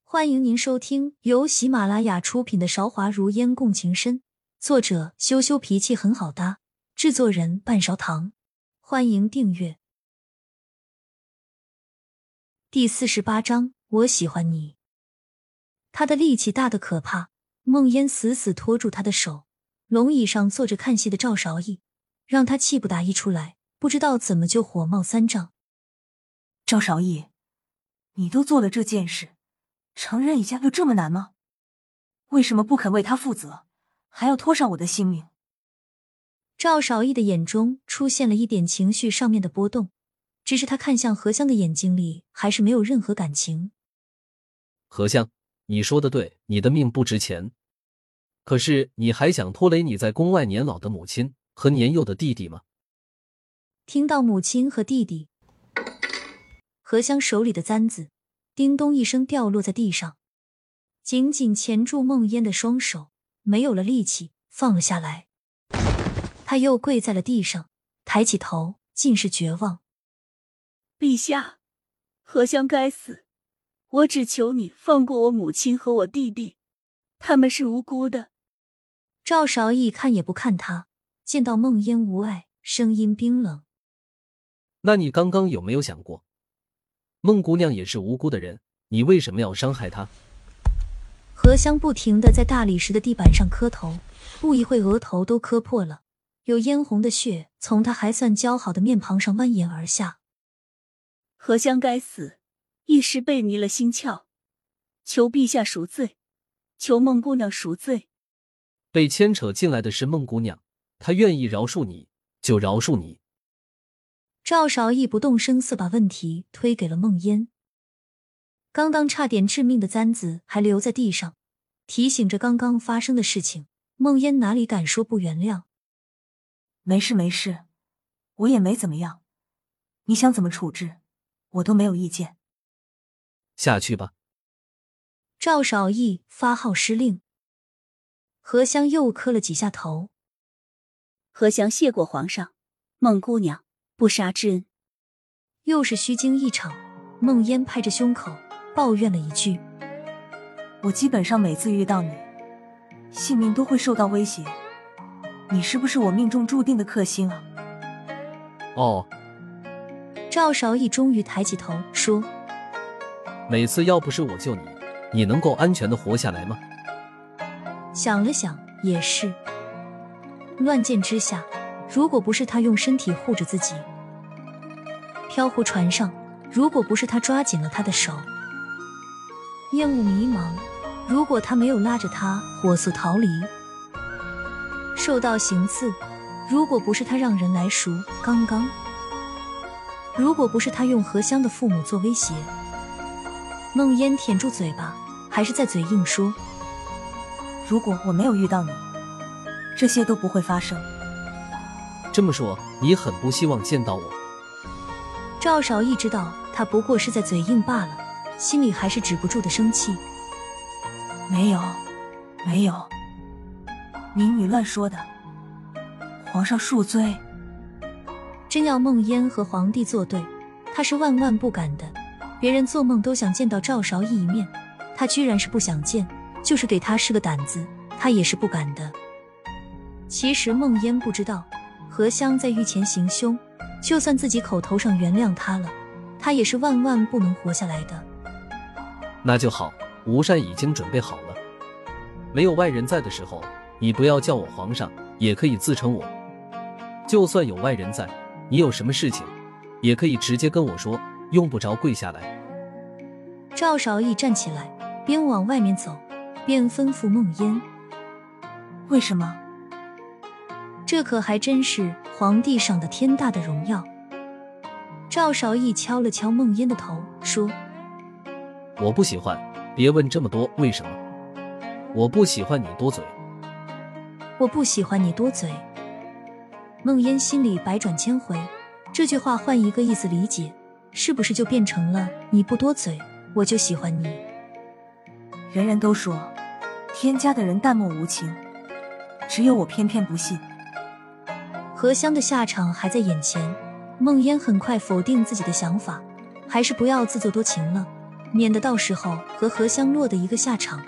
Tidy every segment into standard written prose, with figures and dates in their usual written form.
欢迎您收听由喜马拉雅出品的《韶华如烟共情深》，作者羞羞脾气很好搭，制作人半勺糖。欢迎订阅。第48章，我喜欢你。他的力气大得可怕，梦烟死死拖住他的手。龙椅上坐着看戏的赵韶义，让他气不打一处来，不知道怎么就火冒三丈。 赵韶义，你都做了这件事，承认一下就这么难吗？为什么不肯为他负责，还要拖上我的性命？ 赵韶义的眼中出现了一点情绪上面的波动，只是他看向何香的眼睛里还是没有任何感情。 何香，你说的对，你的命不值钱。可是你还想拖累你在宫外年老的母亲和年幼的弟弟吗？ 听到母亲和弟弟，何香手里的簪子叮咚一声掉落在地上，紧紧钳住梦烟的双手，没有了力气，放了下来。他又跪在了地上，抬起头，尽是绝望。 陛下，何香该死，我只求你放过我母亲和我弟弟，他们是无辜的。 赵韶义看也不看他，见到梦烟无碍，声音冰冷。 那你刚刚有没有想过，孟姑娘也是无辜的人，你为什么要伤害她？ 何香不停地在大理石的地板上磕头，不一会额头都磕破了，有嫣红的血从她还算姣好的面庞上蜿蜒而下。 何香该死，一时背迷了心窍，求陛下赎罪，求孟姑娘赎罪。 被牵扯进来的是孟姑娘，她愿意饶恕你就饶恕你。 赵韶义不动声色把问题推给了梦烟。刚刚差点致命的簪子还留在地上，提醒着刚刚发生的事情，梦烟哪里敢说不原谅。 没事没事，我也没怎么样，你想怎么处置我都没有意见。 下去吧。 赵韶义发号施令。何香又磕了几下头。 何香谢过皇上，孟姑娘不杀之恩。 又是虚惊一场，梦烟拍着胸口抱怨了一句： 我基本上每次遇到你，性命都会受到威胁，你是不是我命中注定的克星啊？ 哦。 赵韶义终于抬起头说： 每次要不是我救你，你能够安全的活下来吗？ 想了想，也是。乱箭之下，如果不是他用身体护着自己，漂湖船上，如果不是他抓紧了他的手，烟雾迷茫，如果他没有拉着他火速逃离，受到行刺，如果不是他让人来赎刚刚，如果不是他用何香的父母做威胁。梦烟舔住嘴巴，还是在嘴硬说： 如果我没有遇到你，这些都不会发生。 这么说，你很不希望见到我？ 赵韶义知道他不过是在嘴硬罢了，心里还是止不住的生气。 没有，没有，民女乱说的，皇上恕罪。 真要梦烟和皇帝作对，他是万万不敢的。别人做梦都想见到赵韶义一面，他居然是不想见，就是给他是个胆子，他也是不敢的。其实梦烟不知道，何香在御前行凶，就算自己口头上原谅他了，他也是万万不能活下来的。 那就好，吴善已经准备好了。没有外人在的时候，你不要叫我皇上，也可以自称我。就算有外人在，你有什么事情也可以直接跟我说，用不着跪下来。 赵韶义站起来，边往外面走，便吩咐梦烟： 为什么？ 这可还真是皇帝上的天大的荣耀。赵韶义敲了敲梦烟的头，说： 我不喜欢，别问这么多为什么。我不喜欢你多嘴。 我不喜欢你多嘴。梦烟心里百转千回，这句话换一个意思理解，是不是就变成了你不多嘴，我就喜欢你？ 人人都说天家的人淡漠无情，只有我偏偏不信。 何香的下场还在眼前，梦烟很快否定自己的想法，还是不要自作多情了。 免得到时候和何香落得一个下场。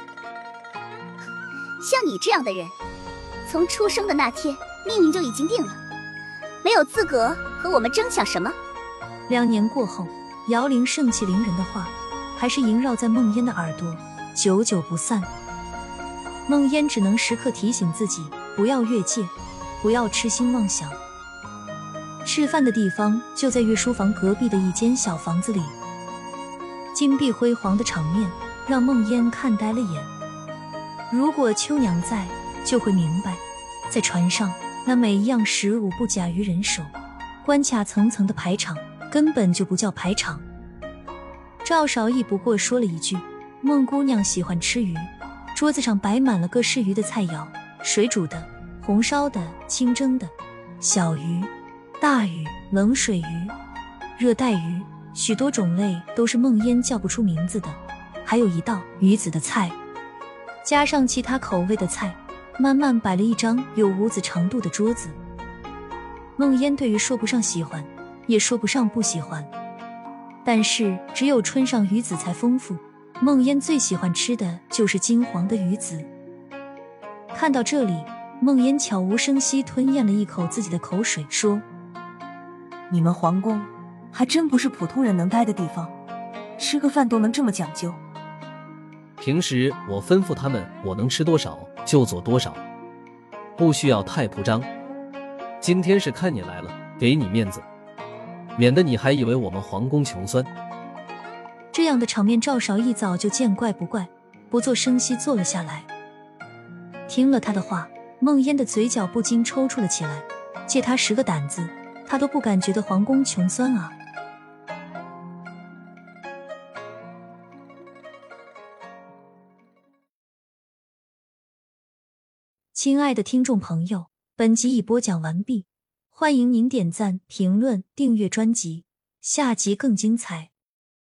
像你这样的人，从出生的那天命运就已经定了，没有资格和我们争抢什么。 2年过后，姚玲盛气凌人的话还是萦绕在梦烟的耳朵，久久不散。梦烟只能时刻提醒自己不要越界，不要痴心妄想。吃饭的地方就在岳书房隔壁的一间小房子里，金碧辉煌的场面让梦烟看呆了眼。如果秋娘在，就会明白，在船上那每一样食物不假于人手，关卡层层的排场根本就不叫排场。赵少义不过说了一句孟姑娘喜欢吃鱼，桌子上摆满了各式鱼的菜肴，水煮的、红烧的、清蒸的，小鱼、大鱼、冷水鱼、热带鱼，许多种类都是梦烟叫不出名字的，还有一道鱼子的菜，加上其他口味的菜，慢慢摆了一张有屋子长度的桌子。梦烟对于说不上喜欢，也说不上不喜欢，但是只有春上鱼子才丰富，梦烟最喜欢吃的就是金黄的鱼子。看到这里，梦烟悄无声息吞咽了一口自己的口水，说： 你们皇宫还真不是普通人能待的地方，吃个饭都能这么讲究。 平时我吩咐他们我能吃多少就做多少，不需要太铺张。今天是看你来了，给你面子，免得你还以为我们皇宫穷酸。 这样的场面赵少义早就见怪不怪，不做声息坐了下来。听了他的话，梦烟的嘴角不禁抽搐了起来，借他10个胆子，他都不敢觉得皇宫穷酸啊。亲爱的听众朋友，本集已播讲完毕，欢迎您点赞、评论、订阅专辑，下集更精彩。